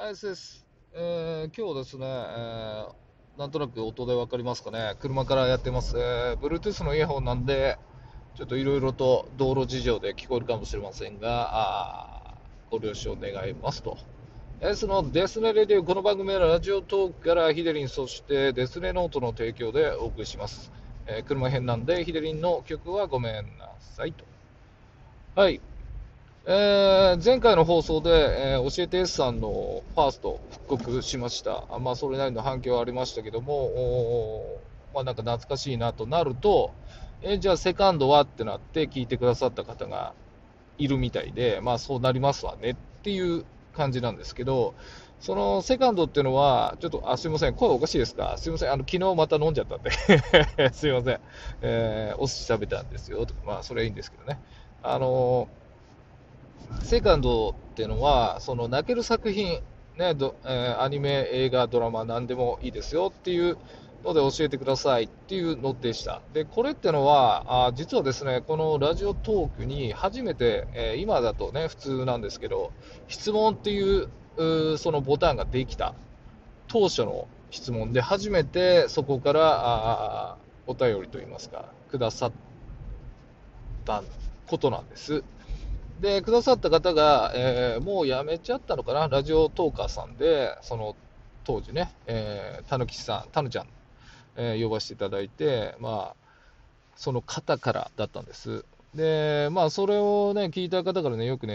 です。今日ですね、なんとなく音で分かりますかね、車からやってます。Bluetooth のイヤホンなんで、ちょっといろいろと道路事情で聞こえるかもしれませんが、ご了承願いますと。そのデスネレディオ、この番組はラジオトークからヒデリン、そしてデスネノートの提供でお送りします。車編なんで、ヒデリンの曲はごめんなさいと。はい。前回の放送で、教えて S さんのファースト復刻しました。まあ、それなりの反響はありましたけども、まあ、なんか懐かしいなとなると、じゃあセカンドはってなって聞いてくださった方がいるみたいで、まあそうなりますわねっていう感じなんですけど、そのセカンドっていうのは、ちょっと、すいません、声おかしいですか？すいません、昨日また飲んじゃったんですいません、お寿司食べたんですよとか、まあそれはいいんですけどね。あのセカンドっていうのは、その泣ける作品、ねアニメ、映画、ドラマ、なんでもいいですよっていうので教えてくださいっていうのでした。で、これってのは、実はですね、このラジオトークに初めて、今だとね、普通なんですけど、質問っていうそのボタンができた当初の質問で初めてそこからお便りといいますか、くださったことなんです。で、くださった方が、もう辞めちゃったのかな、ラジオトーカーさんで、その当時ね、たぬきさん、たぬちゃん、呼ばせていただいて、まあ、その方からだったんです。で、まあ、それをね、聞いた方からね、よくね、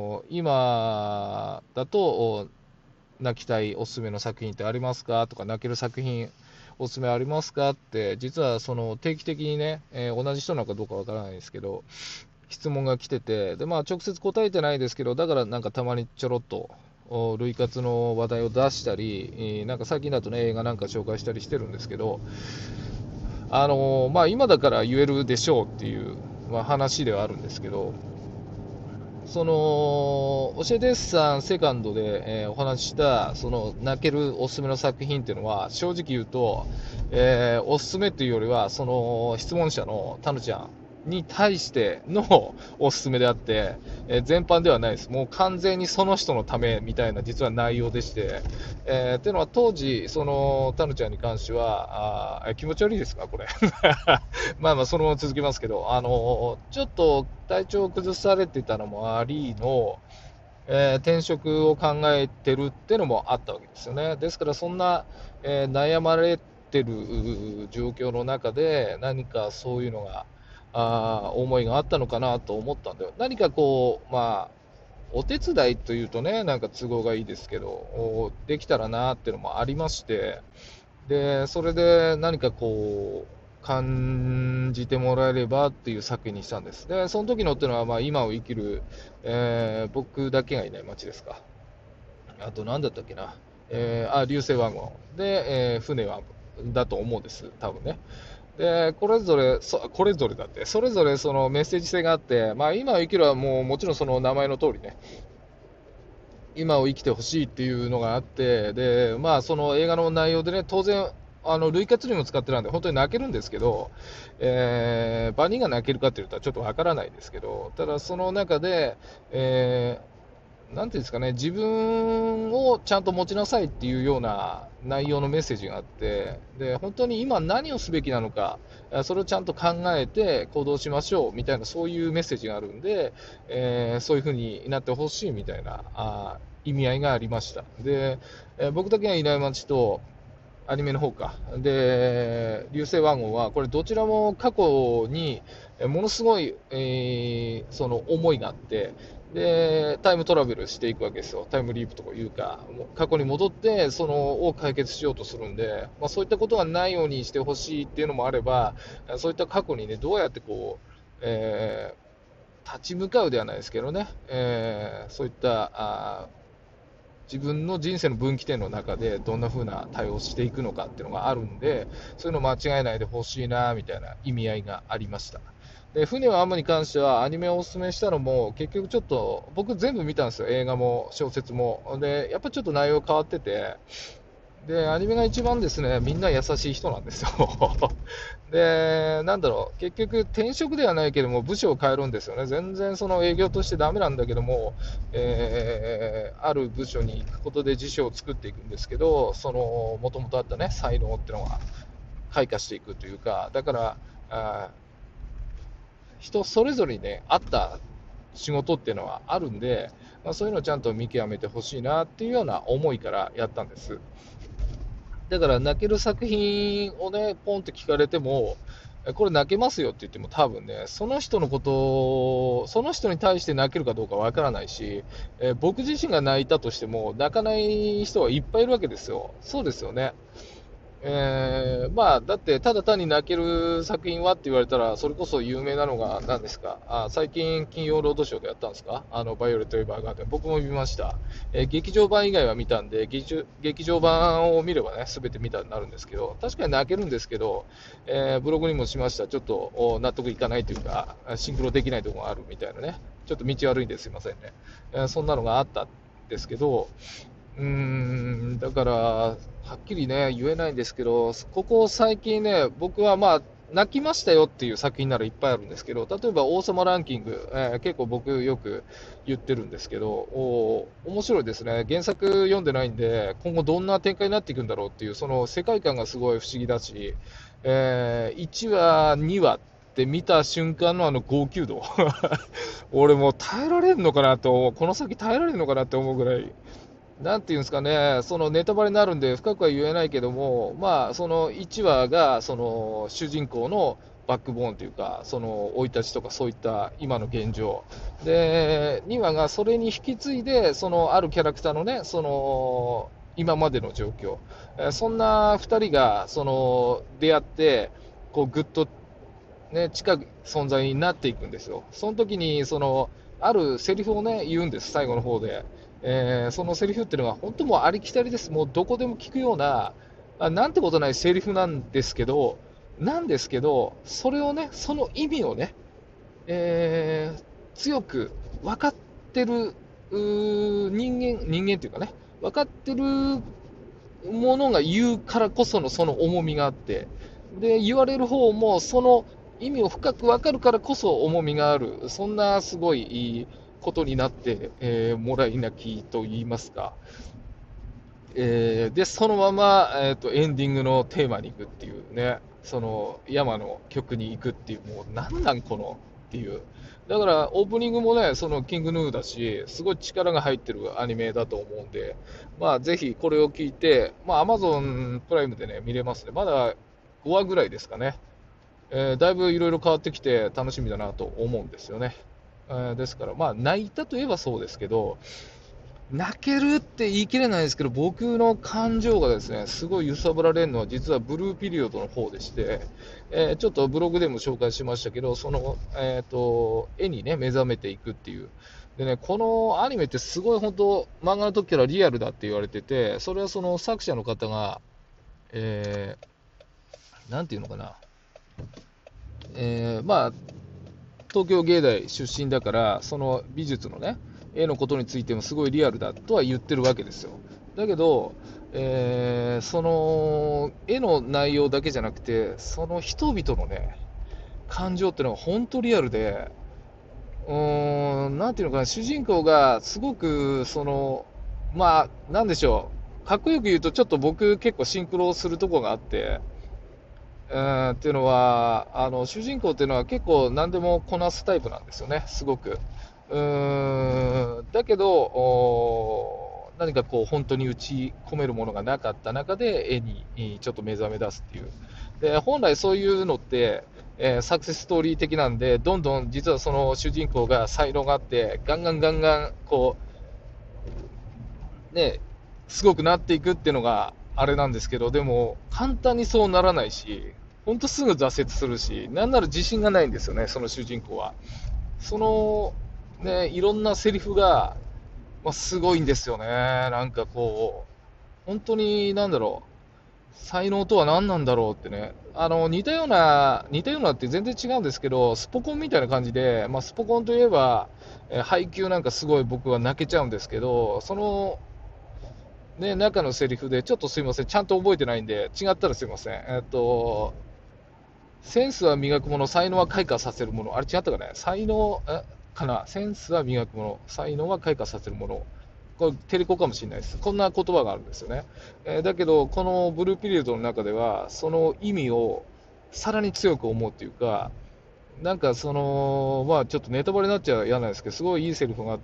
今だと、泣きたいおすすめの作品ってありますかとか、泣ける作品おすすめありますかって、実はその定期的にね、同じ人なのかどうかわからないですけど、質問が来てて、で、まあ、直接答えてないですけど、だからなんかたまにちょろっと、類活の話題を出したり、なんか最近だとね、映画なんか紹介したりしてるんですけど、まあ、今だから言えるでしょうっていう、まあ、話ではあるんですけど、その、教えてさんセカンドで、お話しした、その、泣けるおすすめの作品っていうのは、正直言うと、おすすめっていうよりは、その、質問者のタヌちゃんに対してのおすすめであって、全般ではないです。もう完全にその人のためみたいな、実は内容でして、っていうのは当時、その、タヌちゃんに関しては、気持ち悪いですかこれ。まあまあ、そのまま続きますけど、ちょっと体調を崩されてたのもありの、転職を考えてるっていうのもあったわけですよね。ですから、そんな、悩まれてる状況の中で、何かそういうのが、思いがあったのかなと思ったんで、何かこう、まあ、お手伝いというとね、なんか都合がいいですけど、できたらなっていうのもありまして、で、それで何かこう、感じてもらえればっていう作品にしたんです。で、その時のっていうのは、まあ、今を生きる、僕だけがいない街ですか。あと、何だったっけな。流星ワゴン。で、船は、だと思うんです。多分ね。で、これぞれだって、それぞれそのメッセージ性があって、まあ、今を生きるはもうもちろんその名前の通りね、今を生きてほしいっていうのがあって、で、まあ、その映画の内容でね、当然、類活にも使ってたんで、本当に泣けるんですけど、バニーが泣けるかっていうとちょっとわからないですけど、ただその中で、なんていうんですかね、自分をちゃんと持ちなさいっていうような内容のメッセージがあって、で、本当に今何をすべきなのか、それをちゃんと考えて行動しましょうみたいな、そういうメッセージがあるんで、そういう風になってほしいみたいな意味合いがありました。で、僕だけがいない街と、アニメの方か。で、流星ワゴンは、これどちらも過去に、ものすごい、その思いがあって、で、タイムトラベルしていくわけですよ。タイムリープというか、もう過去に戻って、その、を解決しようとするんで、まあそういったことがないようにしてほしいっていうのもあれば、そういった過去にね、どうやってこう、立ち向かうではないですけどね、そういった自分の人生の分岐点の中でどんな風な対応をしていくのかっていうのがあるんで、そういうの間違えないでほしいなみたいな意味合いがありました。で、船はアムに関してはアニメをおすすめしたのも結局ちょっと僕全部見たんですよ。映画も小説も。で、やっぱちょっと内容変わってて、で、アニメが一番ですね、みんな優しい人なんですよ。で、なんだろう、結局転職ではないけども部署を変えるんですよね。全然その営業としてダメなんだけども、 ある部署に行くことで辞書を作っていくんですけど、そのもともとあったね、才能っていうのが開花していくというか、だから、人それぞれにね、合った仕事っていうのはあるんで、そういうのをちゃんと見極めてほしいなっていうような思いからやったんです。だから泣ける作品をね、ポンって聞かれても、これ泣けますよって言っても多分ね、その人のことを、その人に対して泣けるかどうかわからないし、僕自身が泣いたとしても、泣かない人はいっぱいいるわけですよ。そうですよね。まあ、だって、ただ単に泣ける作品はって言われたら、それこそ有名なのが何ですか、最近、金曜ロードショーでやったんですか、バイオレット・エヴァーガーデン、僕も見ました、劇場版以外は見たんで、劇場版を見ればね、すべて見たになるんですけど、確かに泣けるんですけど、ブログにもしました、ちょっと納得いかないというか、シンクロできないところがあるみたいなね、ちょっと道悪いんですいませんね、そんなのがあったんですけど、だから、はっきりね、言えないんですけど、ここ最近ね、僕はまあ、泣きましたよっていう作品ならいっぱいあるんですけど、例えば王様ランキング、結構僕よく言ってるんですけど、面白いですね。原作読んでないんで、今後どんな展開になっていくんだろうっていう、その世界観がすごい不思議だし、1話、2話って見た瞬間のあの号泣度。俺もう耐えられんのかなと、この先耐えられんのかなって思うぐらい、なんていうんですかね、そのネタバレになるんで深くは言えないけども、まあ、その1話がその主人公のバックボーンというか、その生い立ちとかそういった今の現状、で2話がそれに引き継いで、そのあるキャラクターのね、その今までの状況、そんな2人がその出会って、こうぐっと、ね、近く存在になっていくんですよ。その時にそのあるセリフをね言うんです、最後の方で。そのセリフっていうのは本当もうありきたりです。もうどこでも聞くような、なんてことないセリフなんですけど、それをね、その意味をね、強く分かってる人間っていうかね、分かってるものが言うからこそのその重みがあって、で、言われる方もその意味を深く分かるからこそ重みがある、そんなすごいことになって、もらい泣きと言いますか、で、そのまま、エンディングのテーマに行くっていうね、その山の曲に行くっていう、もうなんなんこのっていう。だからオープニングもね、そのキングヌーだし、すごい力が入ってるアニメだと思うんで、まあぜひこれを聞いて、まあ Amazon プライムでね、見れますね。まだ5話ぐらいですかね。だいぶいろいろ変わってきて楽しみだなと思うんですよね。ですから、まあ泣いたといえばそうですけど、泣けるって言い切れないですけど、僕の感情がですね、すごい揺さぶられるのは、実はブルーピリオドの方でして、ちょっとブログでも紹介しましたけど、その、絵にね、目覚めていくっていう。でね、このアニメってすごい本当、漫画の時からリアルだって言われてて、それはその作者の方が、なんていうのかな、まあ、東京芸大出身だから、その美術のね、絵のことについてもすごいリアルだとは言ってるわけですよ。だけど、その絵の内容だけじゃなくて、その人々のね、感情っていうのは本当リアルで、なんていうのかな、主人公がすごく、その、まあ、なんでしょう、かっこよく言うと、ちょっと僕結構シンクロするところがあって、っていうのは、主人公っていうのは結構何でもこなすタイプなんですよね、すごく。だけど、何かこう本当に打ち込めるものがなかった中で絵にちょっと目覚め出すっていう。で、本来そういうのって、サクセスストーリー的なんで、どんどん実はその主人公が才能があって、ガンガンガンガン、こう、ね、すごくなっていくっていうのがあれなんですけど、でも、簡単にそうならないし、ほんとすぐ挫折するし、なんなら自信がないんですよね、その主人公は。その、ね、いろんなセリフが、すごいんですよね。なんかこう、本当に、なんだろう、才能とは何なんだろうってね。似たようなって全然違うんですけど、スポコンみたいな感じで、スポコンといえば、配給なんかすごい僕は泣けちゃうんですけど、そのね、中のセリフで、ちょっとすいません、ちゃんと覚えてないんで、違ったらすいません。センスは磨くもの、才能は開花させるもの。あれ違ったかね才能、かなセンスは磨くもの、才能は開花させるもの。 これテレコかもしれないです。こんな言葉があるんですよね。だけど、このブルーピリオドの中では、その意味をさらに強く思うというか、なんかまあちょっとネタバレになっちゃ嫌なんですけど、すごいいいセリフがあって、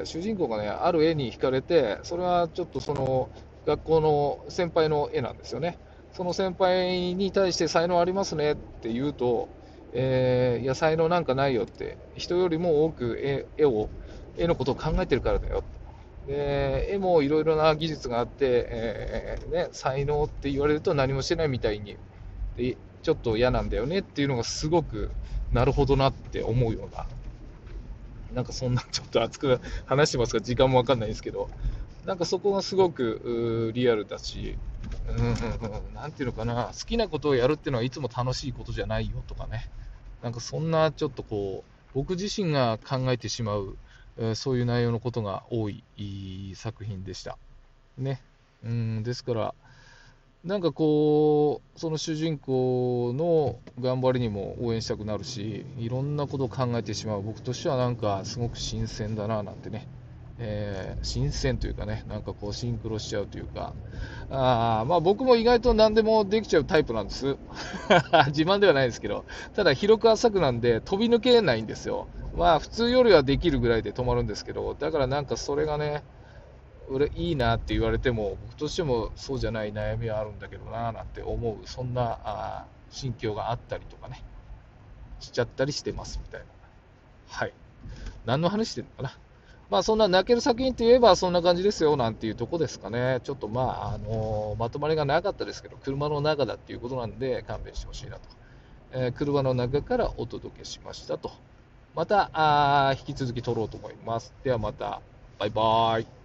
主人公がね、ある絵に惹かれて、それはちょっと学校の先輩の絵なんですよね。その先輩に対して才能ありますねって言うと、いや、才能なんかないよって、人よりも多く絵のことを考えてるからだよ。で、絵もいろいろな技術があって、才能って言われると何もしてないみたいに、でちょっと嫌なんだよねっていうのがすごくなるほどなって思うような、なんかそんなちょっと熱く話してますが、時間もわかんないですけど、なんかそこがすごくリアルだし、なんていうのかな、好きなことをやるっていうのはいつも楽しいことじゃないよとかね、なんかそんなちょっと僕自身が考えてしまう、そういう内容のことが多い作品でした。ね。ですから、なんかその主人公の頑張りにも応援したくなるし、いろんなことを考えてしまう僕としてはなんかすごく新鮮だななんてね、新鮮というかね、なんかシンクロしちゃうというか、まあ僕も意外と何でもできちゃうタイプなんです。自慢ではないですけど、ただ広く浅くなんで飛び抜けないんですよ。まあ普通よりはできるぐらいで止まるんですけど、だからなんかそれがね、いいなって言われても、僕としてもそうじゃない悩みはあるんだけどななんて思う、そんな心境があったりとかね、しちゃったりしてますみたいな。はい。何の話してるのかな。まあそんな泣ける作品といえばそんな感じですよなんていうとこですかね。ちょっとまあ、まとまりがなかったですけど、車の中だっていうことなんで勘弁してほしいなと。車の中からお届けしましたと。また引き続き撮ろうと思います。ではまた、バイバーイ。